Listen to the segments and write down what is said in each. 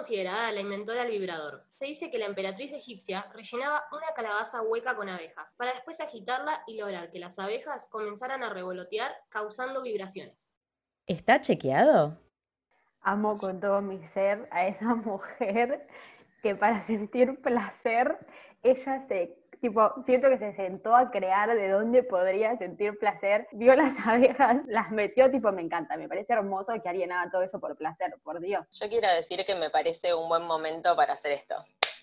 considerada la inventora del vibrador. Se dice que la emperatriz egipcia rellenaba una calabaza hueca con abejas, para después agitarla y lograr que las abejas comenzaran a revolotear, causando vibraciones. ¿Está chequeado? Amo con todo mi ser a esa mujer que para sentir placer, ella siento que se sentó a crear de dónde podría sentir placer, vio las abejas, las metió, me encanta, me parece hermoso que alguien haga todo eso por placer, por Dios. Yo quiero decir que me parece un buen momento para hacer esto.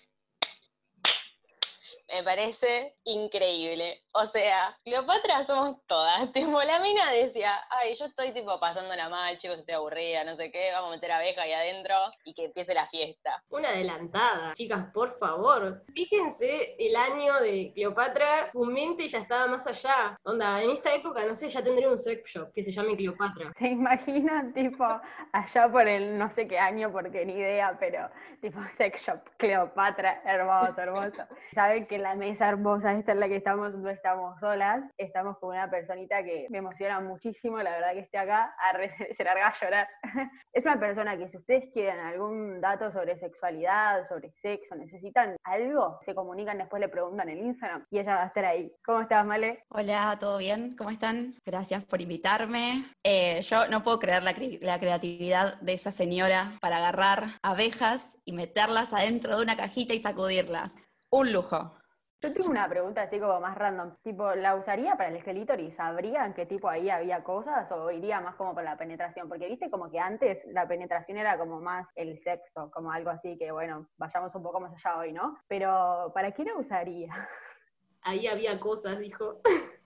Me parece increíble. O sea, Cleopatra somos todas. La mina decía, ay, yo estoy pasándola mal, chicos, estoy aburrida, no sé qué, vamos a meter abeja ahí adentro y que empiece la fiesta. Una adelantada. Chicas, por favor. Fíjense el año de Cleopatra, su mente ya estaba más allá. Onda, en esta época, no sé, ya tendría un sex shop que se llame Cleopatra. ¿Se imaginan, allá por el no sé qué año, porque ni idea, pero sex shop, Cleopatra, hermoso, hermoso. Saben que la mesa hermosa esta en la que estamos, no estamos solas, estamos con una personita que me emociona muchísimo, la verdad que esté acá, se larga a llorar. Es una persona que si ustedes quieren algún dato sobre sexualidad, sobre sexo, necesitan algo, se comunican, después le preguntan en Instagram y ella va a estar ahí. ¿Cómo estás, Male? Hola, ¿todo bien? ¿Cómo están? Gracias por invitarme. Yo no puedo creer la creatividad de esa señora para agarrar abejas y meterlas adentro de una cajita y sacudirlas. Un lujo. Yo tengo una pregunta así como más random, ¿la usaría para el clítoris? ¿Sabrían qué ahí había cosas o iría más como para la penetración? Porque viste como que antes la penetración era como más el sexo, como algo así que bueno, vayamos un poco más allá hoy, ¿no? Pero ¿para qué la usaría? Ahí había cosas, dijo.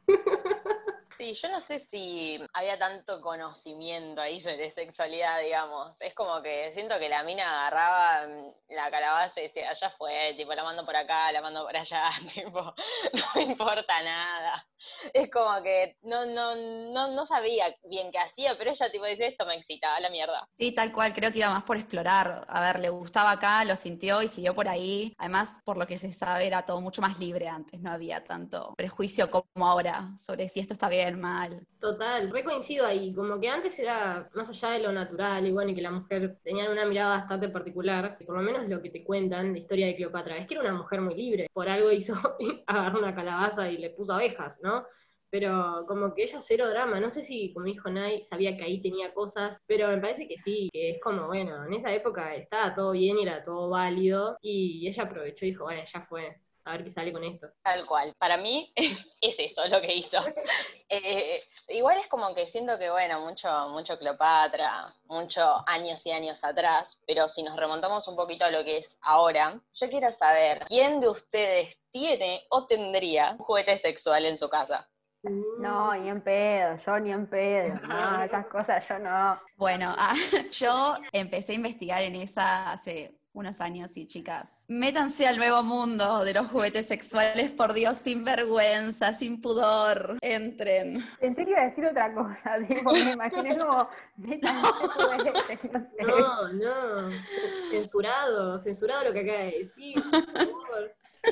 Sí, yo no sé si había tanto conocimiento ahí sobre sexualidad, digamos. Es como que siento que la mina agarraba la calabaza y decía, ya fue, la mando por acá, la mando por allá, no me importa nada. Es como que no sabía bien qué hacía, pero ella decía, esto me excita, a la mierda. Sí, tal cual, creo que iba más por explorar. A ver, le gustaba acá, lo sintió y siguió por ahí. Además, por lo que se sabe, era todo mucho más libre antes, no había tanto prejuicio como ahora sobre si esto está bien, mal. Total, coincido ahí, como que antes era más allá de lo natural y bueno, y que la mujer tenía una mirada bastante particular, por lo menos lo que te cuentan la historia de Cleopatra, es que era una mujer muy libre, por algo hizo, agarró una calabaza y le puso abejas, ¿no? Pero como que ella cero drama, no sé si, como dijo Nay, sabía que ahí tenía cosas, pero me parece que sí, que es como, bueno, en esa época estaba todo bien y era todo válido, y ella aprovechó y dijo, bueno, ya fue, a ver qué sale con esto. Tal cual, para mí es eso lo que hizo. Igual es como que siento que, bueno, mucho Cleopatra, muchos años y años atrás, pero si nos remontamos un poquito a lo que es ahora, yo quiero saber, ¿quién de ustedes tiene o tendría un juguete sexual en su casa? No, ni en pedo, yo ni en pedo, no, esas cosas yo no. Bueno, yo empecé a investigar en esa hace unos años y chicas, métanse al nuevo mundo de los juguetes sexuales, por Dios, sin vergüenza, sin pudor, entren. Pensé que iba a decir otra cosa, me imaginé como, métanse juguetes, no sé. No, censurado lo que acaba de decir, por favor.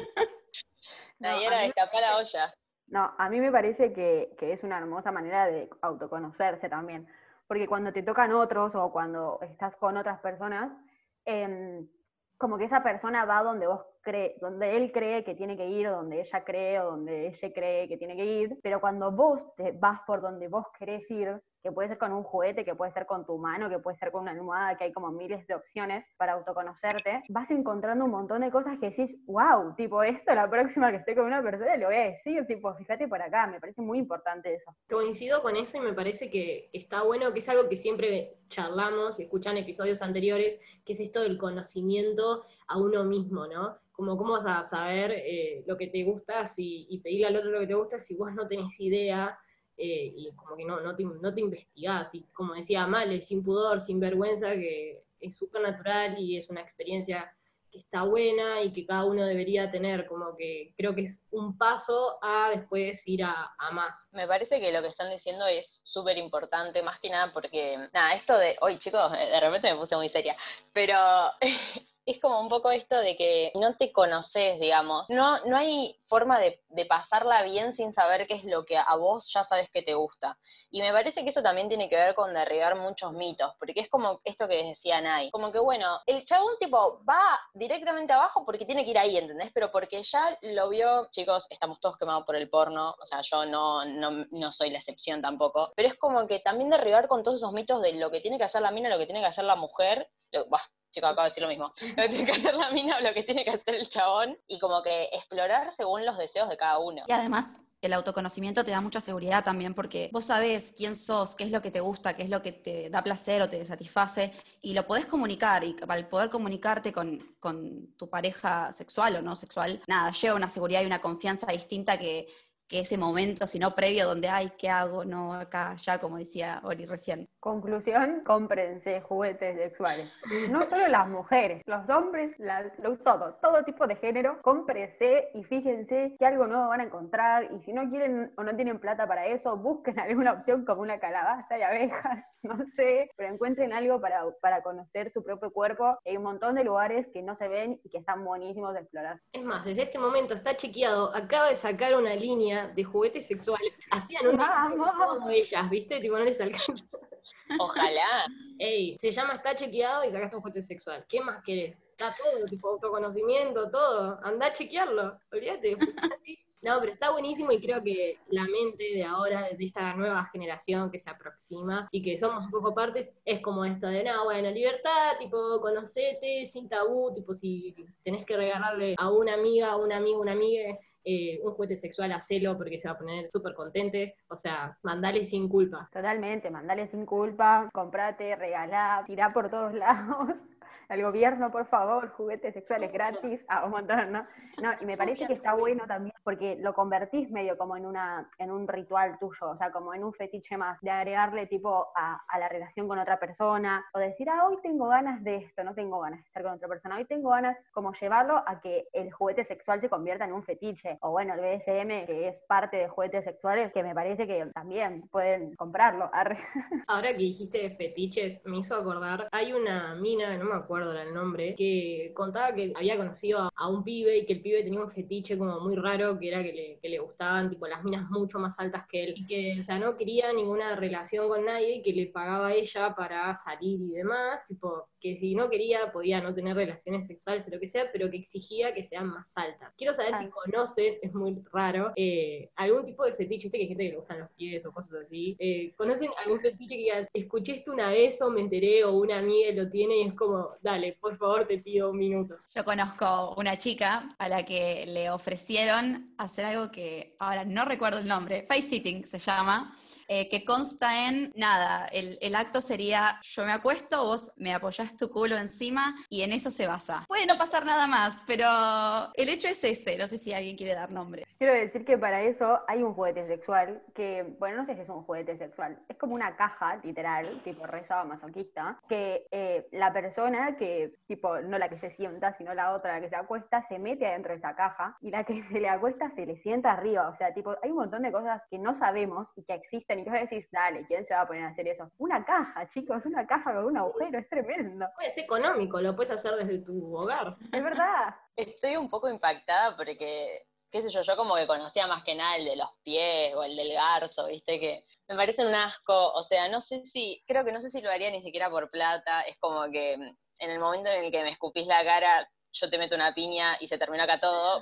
Nayera, destapá la olla. No, a mí me parece que es una hermosa manera de autoconocerse también, porque cuando te tocan otros o cuando estás con otras personas, como que esa persona va donde él cree que tiene que ir, o donde ella cree, o donde ella cree que tiene que ir, pero cuando vos te vas por donde vos querés ir, que puede ser con un juguete, que puede ser con tu mano, que puede ser con una almohada, que hay como miles de opciones para autoconocerte, vas encontrando un montón de cosas que decís, wow, esto la próxima que esté con una persona le voy a decir, fíjate por acá, me parece muy importante eso. Coincido con eso y me parece que está bueno, que es algo que siempre charlamos y escuchan episodios anteriores, que es esto del conocimiento a uno mismo, ¿no? Como cómo vas a saber lo que te gusta y pedirle al otro lo que te gusta si vos no tenés idea y como que no te investigás. Y como decía Amale, sin pudor, sin vergüenza, que es súper natural y es una experiencia que está buena y que cada uno debería tener, como que creo que es un paso a después ir a más. Me parece que lo que están diciendo es súper importante, más que nada porque, nada, esto de, hoy chicos, de repente me puse muy seria, pero es como un poco esto de que no te conoces, digamos. No hay forma de pasarla bien sin saber qué es lo que a vos ya sabes que te gusta. Y me parece que eso también tiene que ver con derribar muchos mitos, porque es como esto que decía Nay, como que bueno, el chabón tipo va directamente abajo porque tiene que ir ahí, ¿entendés? Pero porque ya lo vio, chicos, estamos todos quemados por el porno, o sea, yo no soy la excepción tampoco, pero es como que también derribar con todos esos mitos de lo que tiene que hacer la mina, lo que tiene que hacer la mujer, chicos, acabo de decir lo mismo, lo que tiene que hacer la mina o lo que tiene que hacer el chabón, y como que explorar según los deseos de cada uno. Y además, el autoconocimiento te da mucha seguridad también porque vos sabés quién sos, qué es lo que te gusta, qué es lo que te da placer o te satisface, y lo podés comunicar, y al poder comunicarte con tu pareja sexual o no sexual, nada, lleva una seguridad y una confianza distinta que ese momento, sino previo, donde, ay, ¿qué hago? No, acá, ya, como decía Ori recién. Conclusión, cómprense juguetes sexuales. No solo las mujeres, los hombres, todo tipo de género, cómprense y fíjense que algo nuevo van a encontrar, y si no quieren o no tienen plata para eso, busquen alguna opción como una calabaza y abejas, no sé, pero encuentren algo para conocer su propio cuerpo. Hay un montón de lugares que no se ven y que están buenísimos de explorar. Es más, desde este momento está chequeado, acaba de sacar una línea de juguetes sexuales. Hacían un negocio como ellas, ¿viste? Tipo, no les alcanza. Ojalá. Ey, se llama Está Chequeado y sacaste un juguete sexual. ¿Qué más querés? Está todo, tipo autoconocimiento, todo. Andá a chequearlo, olvídate, pues así. No, pero está buenísimo y creo que la mente de ahora, de esta nueva generación que se aproxima y que somos un poco partes, es como esto de, no, bueno, libertad, tipo, conocete, sin tabú, tipo, si tenés que regalarle a una amiga, a un amigo, una amiga, un juguete sexual, hacelo porque se va a poner súper contente, o sea, mandale sin culpa. Totalmente, mandale sin culpa, comprate, regalá, tirá por todos lados. Al gobierno, por favor, juguetes sexuales gratis, un montón, ¿no? No, y me parece que está bueno también porque lo convertís medio como en un ritual tuyo, o sea, como en un fetiche más, de agregarle tipo a la relación con otra persona, o decir, hoy tengo ganas de esto, no tengo ganas de estar con otra persona, hoy tengo ganas, como llevarlo a que el juguete sexual se convierta en un fetiche, o bueno, el BDSM, que es parte de juguetes sexuales, que me parece que también pueden comprarlo. Ahora que dijiste de fetiches, me hizo acordar, hay una mina, no me acuerdo el nombre, que contaba que había conocido a un pibe y que el pibe tenía un fetiche como muy raro, que era que le gustaban tipo las minas mucho más altas que él, y que, o sea, no quería ninguna relación con nadie y que le pagaba a ella para salir y demás, tipo, que si no quería podía no tener relaciones sexuales o lo que sea, pero que exigía que sean más altas. Quiero saber si conocen, es muy raro, algún tipo de fetiche, viste que hay gente que le gustan los pies o cosas así, ¿conocen algún fetiche que digan, escuché esto una vez o me enteré o una amiga lo tiene y es como, dale, por favor, te pido un minuto? Yo conozco una chica a la que le ofrecieron hacer algo que ahora no recuerdo el nombre, face sitting se llama, que consta en nada, el acto sería yo me acuesto, vos me apoyás tu culo encima y en eso se basa. Puede no pasar nada más, pero el hecho es ese, no sé si alguien quiere dar nombre. Quiero decir que para eso hay un juguete sexual que, bueno, no sé si es un juguete sexual, es como una caja, literal, tipo re masoquista, que la persona que, tipo, no la que se sienta, sino la otra, la que se acuesta, se mete adentro de esa caja y la que se le acuesta se le sienta arriba. O sea, tipo, hay un montón de cosas que no sabemos y que existen y que vos decís, dale, ¿quién se va a poner a hacer eso? Una caja, chicos, una caja con un agujero, es tremendo. Es económico, lo puedes hacer desde tu hogar. Es verdad. Estoy un poco impactada porque, qué sé yo conocía más que nada el de los pies o el del garzo, viste, que me parecen un asco, o sea, no sé si lo haría ni siquiera por plata, es como que en el momento en el que me escupís la cara, yo te meto una piña y se termina acá todo,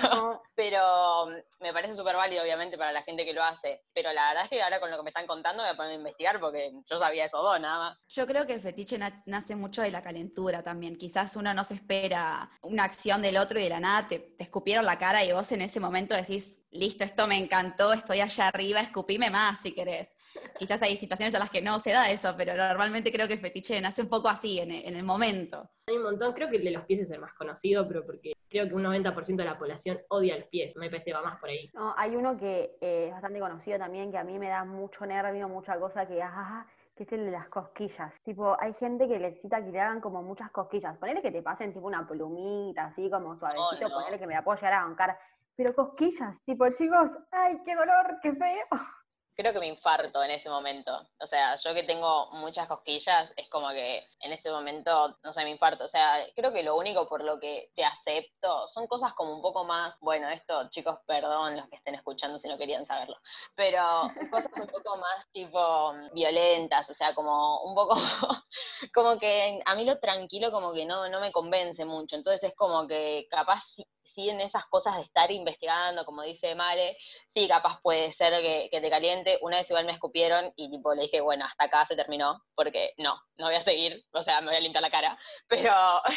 pero me parece súper válido, obviamente, para la gente que lo hace. Pero la verdad es que ahora con lo que me están contando me voy a poner a investigar porque yo sabía eso dos, nada más. Yo creo que el fetiche nace mucho de la calentura también. Quizás uno no se espera una acción del otro y de la nada te escupieron la cara y vos en ese momento decís, listo, esto me encantó, estoy allá arriba, escupime más si querés. Quizás hay situaciones en las que no se da eso, pero normalmente creo que el fetiche nace un poco así, en el momento. Hay un montón, creo que el de los pies es el más conocido, pero porque creo que un 90% de la población odia los pies, me parece va más por ahí. No, hay uno que es bastante conocido también, que a mí me da mucho nervio, mucha cosa, que es el de las cosquillas. Tipo, hay gente que le excita que le hagan como muchas cosquillas. Ponele que te pasen tipo una plumita, así como suavecito, no. Ponele que me la puedo llegar a bancar. Pero cosquillas, tipo, chicos, ¡ay, qué dolor, qué feo! creo que me infarto en ese momento. O sea, yo que tengo muchas cosquillas, es como que en ese momento, no sé, me infarto. O sea, creo que lo único por lo que te acepto son cosas como un poco más, bueno, esto, chicos, perdón los que estén escuchando si no querían saberlo, pero cosas un poco más tipo violentas, o sea, como un poco, como que a mí lo tranquilo como que no me convence mucho. Entonces es como que capaz sí en esas cosas de estar investigando, como dice Male, sí, capaz puede ser que te caliente. Una vez igual me escupieron y tipo le dije, bueno, hasta acá se terminó, porque no voy a seguir, o sea, me voy a limpiar la cara, pero,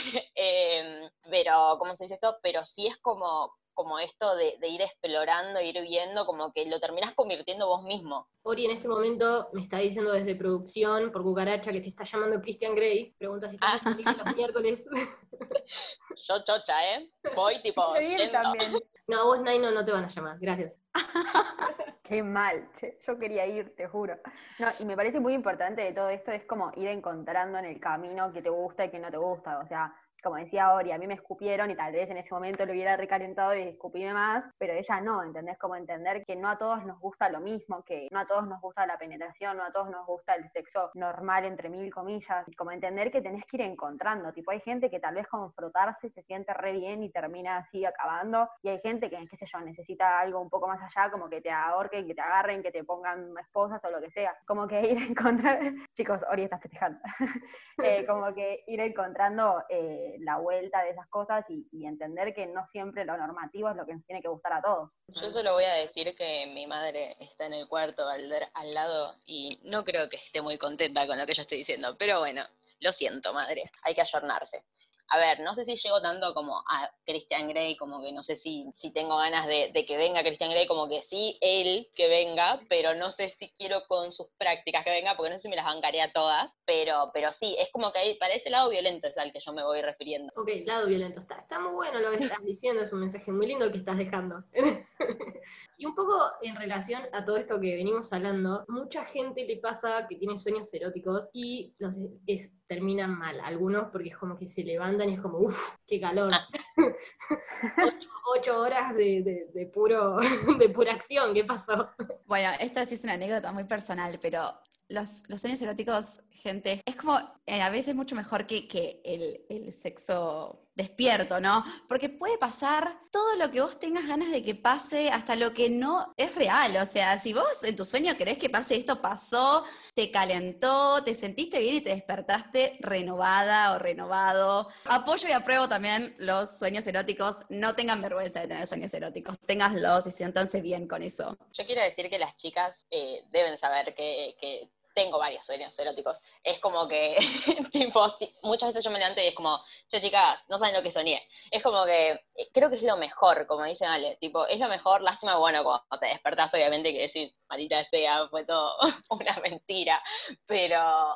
¿cómo se dice esto? Pero sí es como esto de ir explorando, ir viendo, como que lo terminás convirtiendo vos mismo. Ori en este momento me está diciendo desde producción, por cucaracha, que te está llamando Christian Grey. Pregunta si estás disponible los miércoles. Yo chocha, voy tipo Qué bien yendo. también. No, vos, Naino, no te van a llamar. Gracias. Qué mal, che. Yo quería ir, te juro. No, y me parece muy importante de todo esto, es como ir encontrando en el camino qué te gusta y qué no te gusta. O sea, como decía Ori, a mí me escupieron y tal vez en ese momento lo hubiera recalentado y escupíme más, pero ella no, ¿entendés? Como entender que no a todos nos gusta lo mismo, que no a todos nos gusta la penetración, no a todos nos gusta el sexo normal, entre mil comillas, y como entender que tenés que ir encontrando, tipo hay gente que tal vez con frotarse se siente re bien y termina así acabando, y hay gente que, qué sé yo, necesita algo un poco más allá, como que te ahorquen, que te agarren, que te pongan esposas o lo que sea, como que ir a encontrar, chicos, Ori está festejando, como que ir encontrando la vuelta de esas cosas y entender que no siempre lo normativo es lo que nos tiene que gustar a todos. Yo solo voy a decir que mi madre está en el cuarto al lado y no creo que esté muy contenta con lo que yo estoy diciendo, pero bueno, lo siento, madre, hay que ayornarse. A ver, no sé si llego tanto como a Christian Grey, como que no sé si tengo ganas de que venga Christian Grey, como que sí, él que venga, pero no sé si quiero con sus prácticas que venga, porque no sé si me las bancaría todas, pero sí, es como que para ese lado violento es al que yo me voy refiriendo. Ok, lado violento. Está muy bueno lo que estás diciendo, es un mensaje muy lindo el que estás dejando. Y un poco en relación a todo esto que venimos hablando, mucha gente le pasa que tiene sueños eróticos y no sé, terminan mal. Algunos porque es como que se levantan y es como, uff, qué calor. 8 horas de pura acción, ¿qué pasó? Bueno, esta sí es una anécdota muy personal, pero los sueños eróticos, gente, es como a veces mucho mejor que el sexo despierto, ¿no? Porque puede pasar todo lo que vos tengas ganas de que pase, hasta lo que no es real. O sea, si vos en tu sueño querés que pase esto, pasó, te calentó, te sentiste bien y te despertaste renovada o renovado. Apoyo y apruebo también los sueños eróticos. No tengan vergüenza de tener sueños eróticos. Ténganlos y siéntanse bien con eso. Yo quiero decir que las chicas deben saber que tengo varios sueños eróticos. Es como que, tipo, muchas veces yo me levanto y es como, che, chicas, no saben lo que soñé. Es como que, creo que es lo mejor, como dice Ale, tipo, es lo mejor, lástima, bueno, cuando te despertás, obviamente, que decís, maldita sea, fue todo una mentira, pero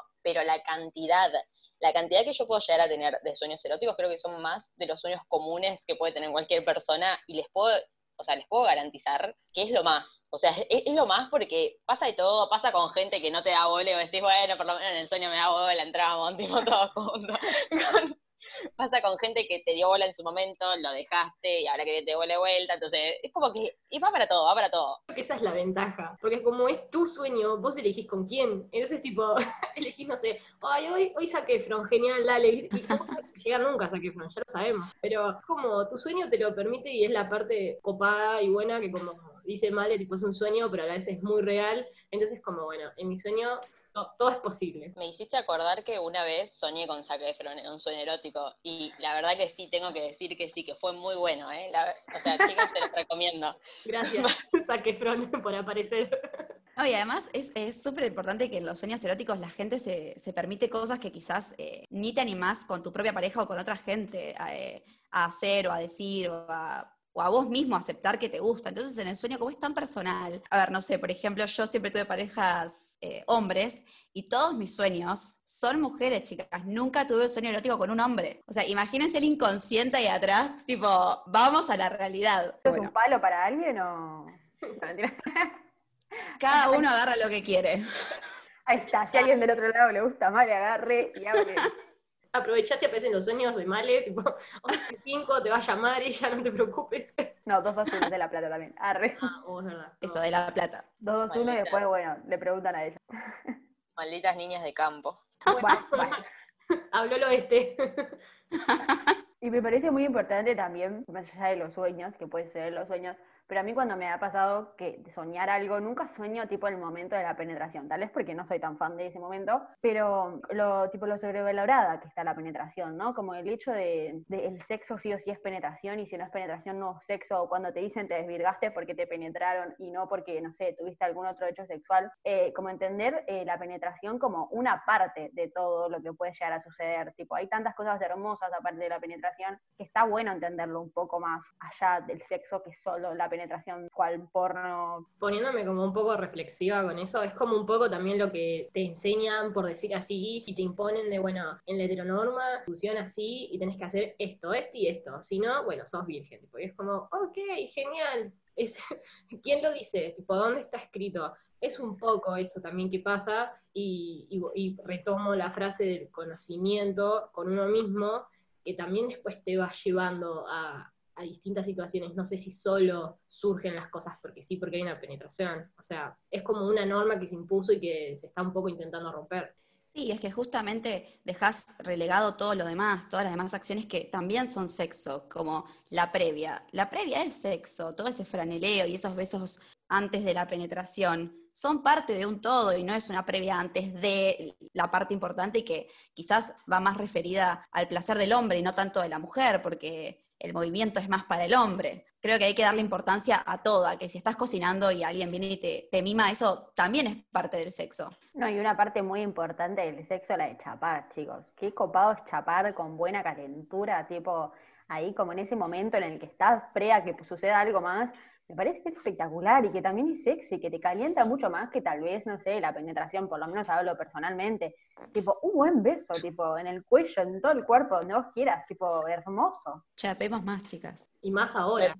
la cantidad que yo puedo llegar a tener de sueños eróticos creo que son más de los sueños comunes que puede tener cualquier persona y les puedo garantizar que es lo más. O sea, es lo más porque pasa de todo, pasa con gente que no te da bola y decís, bueno, por lo menos en el sueño me da bola, entramos, tipo, todos juntos. Pasa con gente que te dio bola en su momento, lo dejaste y ahora que te devuelve vuelta, entonces es como que y va para todo, va para todo. Esa es la ventaja, porque como es tu sueño, vos elegís con quién. Entonces, tipo, elegís, no sé, ay, hoy Zac Efron, genial, dale. Y no vas a llegar nunca a Zac Efron, ya lo sabemos. Pero como tu sueño te lo permite y es la parte copada y buena que como dice Male, tipo, es un sueño, pero a la vez es muy real. Entonces, como, bueno, en mi sueño todo es posible. Me hiciste acordar que una vez soñé con Zac Efron en un sueño erótico y la verdad que sí, tengo que decir que sí, que fue muy bueno, ¿eh? O sea, chicas, se los recomiendo. Gracias, Zac Efron, por aparecer. No, y además es súper importante que en los sueños eróticos la gente se permite cosas que quizás ni te animás con tu propia pareja o con otra gente a hacer o a decir o a vos mismo aceptar que te gusta. Entonces en el sueño, como es tan personal, a ver, no sé, por ejemplo, yo siempre tuve parejas hombres y todos mis sueños son mujeres, chicas. Nunca tuve un sueño erótico con un hombre. O sea, imagínense el inconsciente ahí atrás, tipo, vamos a la realidad. ¿Es Bueno, un palo para alguien o...? cada uno agarra lo que quiere. Ahí está, si a alguien del otro lado le gusta más, le agarre y hable. aprovechás y aparecen los sueños de Male, tipo, 11:05 te va a llamar y ya no te preocupes. No, 221 de La Plata también. Arre. Es verdad. Eso de La Plata. 221 y después, bueno, le preguntan a ella. Malditas niñas de campo. Bueno. Habló el oeste. Y me parece muy importante también, más allá de los sueños, que puede ser los sueños, pero a mí cuando me ha pasado que soñar algo, nunca sueño tipo el momento de la penetración, tal vez porque no soy tan fan de ese momento, pero lo sobrevalorada que está la penetración, ¿no? Como el hecho de el sexo sí o sí es penetración, y si no es penetración no es sexo, o cuando te dicen te desvirgaste porque te penetraron y no porque, no sé, tuviste algún otro hecho sexual, como entender la penetración como una parte de todo lo que puede llegar a suceder, tipo, hay tantas cosas hermosas aparte de la penetración, que está bueno entenderlo un poco más allá del sexo que solo la penetración, cual porno. Poniéndome como un poco reflexiva con eso, es como un poco también lo que te enseñan, por decir así, y te imponen de, bueno, en la heteronorma funciona así y tenés que hacer esto y esto, si no, bueno, sos virgen, tipo, y es como, ok, genial, ¿quién lo dice? Tipo, ¿dónde está escrito? Es un poco eso también que pasa, y retomo la frase del conocimiento con uno mismo, que también después te va llevando a distintas situaciones. No sé si solo surgen las cosas porque sí, porque hay una penetración. O sea, es como una norma que se impuso y que se está un poco intentando romper. Sí, es que justamente dejas relegado todo lo demás, todas las demás acciones que también son sexo, como la previa. La previa es sexo, todo ese franeleo y esos besos antes de la penetración son parte de un todo y no es una previa antes de la parte importante y que quizás va más referida al placer del hombre y no tanto de la mujer, porque el movimiento es más para el hombre. Creo que hay que darle importancia a todo, a que si estás cocinando y alguien viene y te mima, eso también es parte del sexo. No, y una parte muy importante del sexo, la de chapar, chicos. Qué copado es chapar con buena calentura, tipo, ahí como en ese momento en el que estás pre a que suceda algo más. Me parece que es espectacular y que también es sexy, que te calienta mucho más que tal vez, no sé, la penetración, por lo menos hablo personalmente. Tipo, un buen beso, tipo, en el cuello, en todo el cuerpo, donde vos quieras, tipo, hermoso. Chapemos más, chicas. Y más ahora.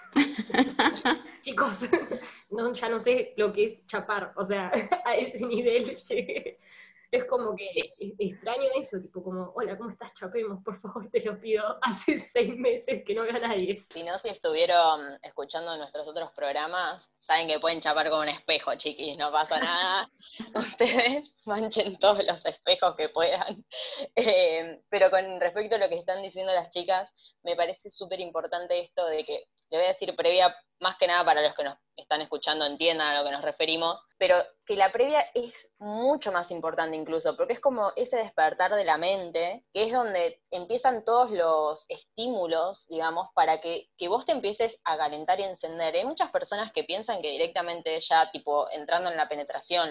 Chicos, no, ya no sé lo que es chapar, o sea, a ese nivel llegué. Es como que extraño eso, tipo como, hola, ¿cómo estás? Chapemos, por favor, te lo pido. Hace 6 meses que no veo a nadie. Si no, si estuvieron escuchando nuestros otros programas, saben que pueden chapar con un espejo, chiquis, no pasa nada. Ustedes manchen todos los espejos que puedan. Pero con respecto a lo que están diciendo las chicas, me parece súper importante esto de que, le voy a decir previa, más que nada para los que nos están escuchando entiendan a lo que nos referimos, pero que la previa es mucho más importante incluso, porque es como ese despertar de la mente, que es donde empiezan todos los estímulos, digamos, para que vos te empieces a calentar y encender. Hay muchas personas que piensan que directamente ya, tipo, entrando en la penetración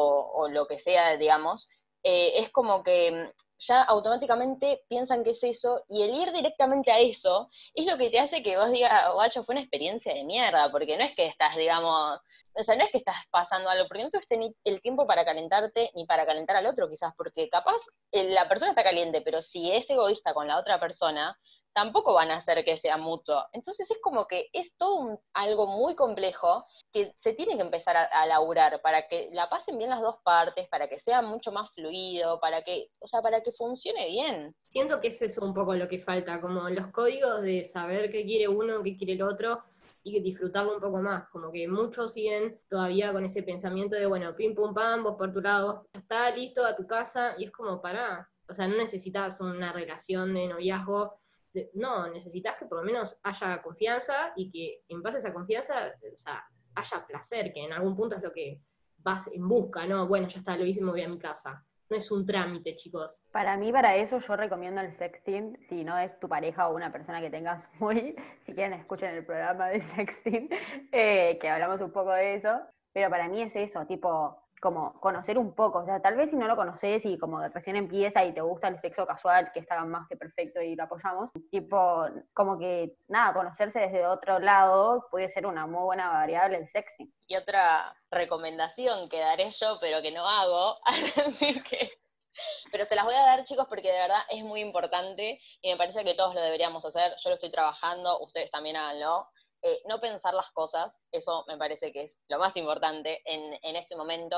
o lo que sea, digamos, es como que ya automáticamente piensan que es eso, y el ir directamente a eso es lo que te hace que vos digas, guacho, fue una experiencia de mierda, porque no es que estás, digamos, o sea, no es que estás pasando algo, porque no tuviste ni el tiempo para calentarte, ni para calentar al otro quizás, porque capaz la persona está caliente, pero si es egoísta con la otra persona, tampoco van a hacer que sea mutuo. Entonces es como que es todo algo muy complejo que se tiene que empezar a laburar para que la pasen bien las dos partes, para que sea mucho más fluido, para que funcione bien. Siento que es eso un poco lo que falta, como los códigos de saber qué quiere uno, qué quiere el otro, y que disfrutarlo un poco más, como que muchos siguen todavía con ese pensamiento de, bueno, pim pum pam, vos por tu lado, ya está, listo, a tu casa, y es como, pará, o sea, no necesitas una relación de noviazgo, no, necesitas que por lo menos haya confianza, y que en base a esa confianza, o sea, haya placer, que en algún punto es lo que vas en busca, ¿no? Bueno, ya está, lo hice, me voy a mi casa. No es un trámite, chicos. Para mí, para eso, yo recomiendo el sexting, si no es tu pareja o una persona que tengas muy, si quieren escuchen el programa de sexting, que hablamos un poco de eso, pero para mí es eso, tipo, como conocer un poco, o sea, tal vez si no lo conoces y como recién empieza y te gusta el sexo casual, que está más que perfecto y lo apoyamos, tipo, como que, nada, conocerse desde otro lado puede ser una muy buena variable el sexting. Y otra recomendación que daré yo, pero que no hago, así que... Pero se las voy a dar, chicos, porque de verdad es muy importante y me parece que todos lo deberíamos hacer. Yo lo estoy trabajando, ustedes también háganlo. No pensar las cosas, eso me parece que es lo más importante en este momento.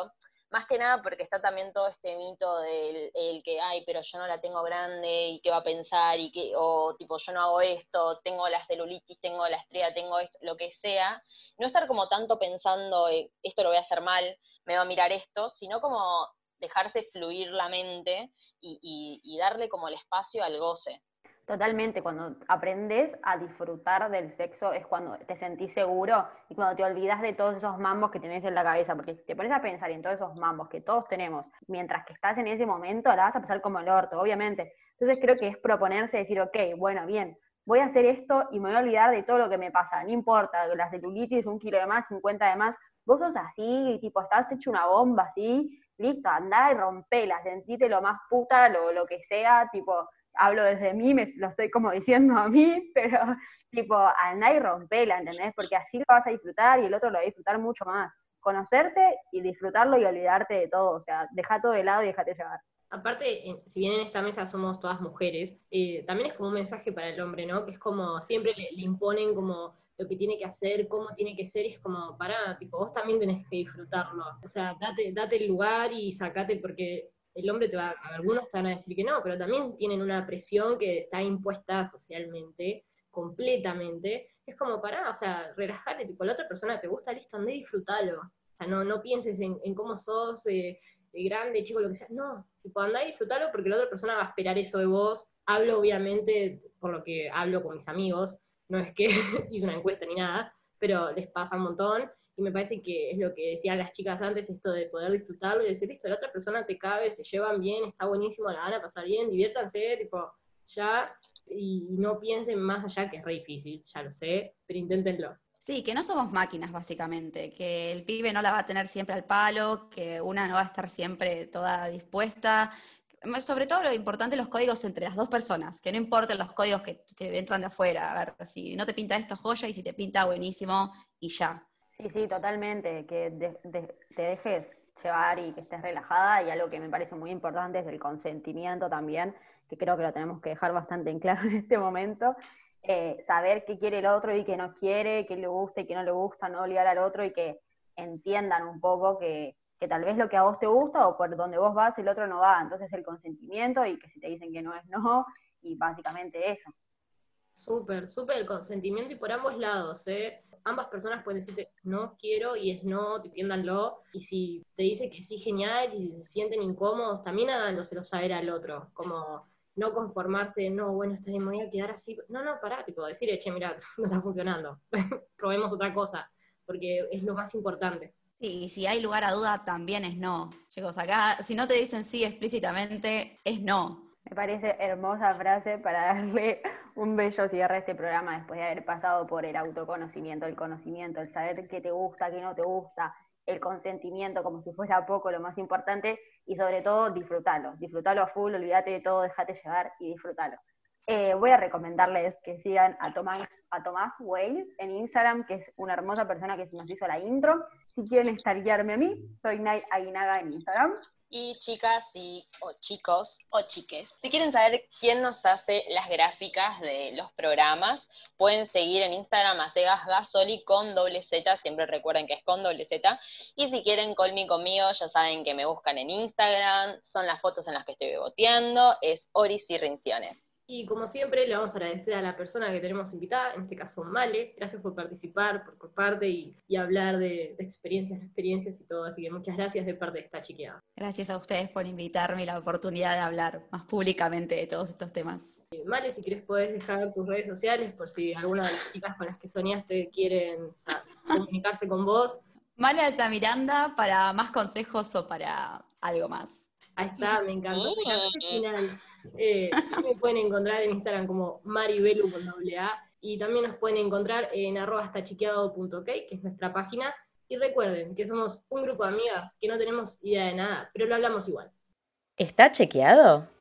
Más que nada porque está también todo este mito del el que, ay, pero yo no la tengo grande, y qué va a pensar, o tipo, yo no hago esto, tengo la celulitis, tengo la estría, tengo esto, lo que sea. No estar como tanto pensando, esto lo voy a hacer mal, me va a mirar esto, sino como dejarse fluir la mente y darle como el espacio al goce. Totalmente, cuando aprendes a disfrutar del sexo es cuando te sentís seguro y cuando te olvidas de todos esos mambos que tenés en la cabeza, porque si te pones a pensar en todos esos mambos que todos tenemos, mientras que estás en ese momento, la vas a pasar como el orto, obviamente. Entonces creo que es proponerse, decir, ok, bueno, bien, voy a hacer esto y me voy a olvidar de todo lo que me pasa, no importa, la celulitis, 1 kilo de más, 50 de más, vos sos así, tipo, estás hecho una bomba así, listo, andá y rompela, sentite lo más puta, lo que sea, tipo, hablo desde mí, me lo estoy como diciendo a mí, pero tipo, andá y rompela, ¿entendés? Porque así lo vas a disfrutar y el otro lo va a disfrutar mucho más. Conocerte y disfrutarlo y olvidarte de todo, o sea, deja todo de lado y déjate llevar. Aparte, si bien en esta mesa somos todas mujeres, también es como un mensaje para el hombre, ¿no? Que es como, siempre le imponen como lo que tiene que hacer, cómo tiene que ser, y es como, pará, tipo, vos también tenés que disfrutarlo. O sea, date el lugar y sacate, porque el hombre algunos te van a decir que no, pero también tienen una presión que está impuesta socialmente, completamente. Es como, pará, o sea, relájate, tipo, la otra persona te gusta, listo, andá y disfrutalo. O sea, no pienses en cómo sos, de grande, chico, lo que sea. No, tipo, andá y disfrutalo porque la otra persona va a esperar eso de vos. Hablo, obviamente, por lo que hablo con mis amigos, no es que hice una encuesta ni nada, pero les pasa un montón, y me parece que es lo que decían las chicas antes, esto de poder disfrutarlo y decir, listo, la otra persona te cabe, se llevan bien, está buenísimo, la van a pasar bien, diviértanse, tipo, ya, y no piensen más allá, que es re difícil, ya lo sé, pero inténtenlo. Sí, que no somos máquinas, básicamente, que el pibe no la va a tener siempre al palo, que una no va a estar siempre toda dispuesta. Sobre todo lo importante, los códigos entre las dos personas, que no importen los códigos que entran de afuera. A ver, si no te pinta esto, joya, y si te pinta, buenísimo, y ya. Sí, sí, totalmente, que te dejes llevar y que estés relajada, y algo que me parece muy importante es el consentimiento también, que creo que lo tenemos que dejar bastante en claro en este momento. Saber qué quiere el otro y qué no quiere, qué le gusta y qué no le gusta, no obligar al otro, y que entiendan un poco que tal vez lo que a vos te gusta o por donde vos vas el otro no va, entonces el consentimiento, y que si te dicen que no es no, y básicamente eso. Súper, súper el consentimiento, y por ambos lados, ¿eh? Ambas personas pueden decirte no quiero y es no, entiéndanlo, y si te dice que sí, genial, y si se sienten incómodos, también háganloselo saber al otro, como no conformarse, no, bueno, está bien, me voy a quedar así, no, pará, tipo, decir, che, mira, no está funcionando, probemos otra cosa, porque es lo más importante. Sí, y si hay lugar a duda, también es no. Chicos, acá, si no te dicen sí explícitamente, es no. Me parece hermosa frase para darle un bello cierre a este programa después de haber pasado por el autoconocimiento, el conocimiento, el saber qué te gusta, qué no te gusta, el consentimiento como si fuera poco, lo más importante, y sobre todo disfrutalo a full, olvídate de todo, déjate llevar y disfrutalo. Voy a recomendarles que sigan a Tomás Wales en Instagram, que es una hermosa persona que nos hizo la intro. Si quieren stalkearme a mí, soy Nay Aguinaga en Instagram. Y chicas o chicos o chiques, si quieren saber quién nos hace las gráficas de los programas, pueden seguir en Instagram a Cegas Gasoli con doble Z, siempre recuerden que es con doble Z. Y si quieren Call Me conmigo, ya saben que me buscan en Instagram, son las fotos en las que estoy beboteando, es Oris y Rinciones. Y como siempre, le vamos a agradecer a la persona que tenemos invitada, en este caso Male. Gracias por participar, por comparte y hablar de experiencias y todo. Así que muchas gracias de parte de esta chiqueada. Gracias a ustedes por invitarme y la oportunidad de hablar más públicamente de todos estos temas. Male, si querés podés dejar tus redes sociales por si alguna de las chicas con las que soñaste quieren comunicarse con vos. Male Altamiranda para más consejos o para algo más. Ahí está, me encantó ese final. Me pueden encontrar en Instagram como maribelu con doble A, y también nos pueden encontrar en @estachiqueado.ok, que es nuestra página. Y recuerden que somos un grupo de amigas que no tenemos idea de nada, pero lo hablamos igual. ¿Está chequeado?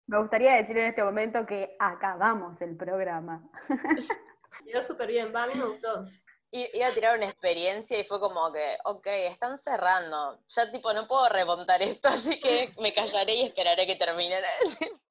Me gustaría decir en este momento que acabamos el programa. Quedó súper bien, a mí me gustó. Iba a tirar una experiencia y fue como que, ok, están cerrando. Ya tipo, no puedo remontar esto, así que me callaré y esperaré que terminen.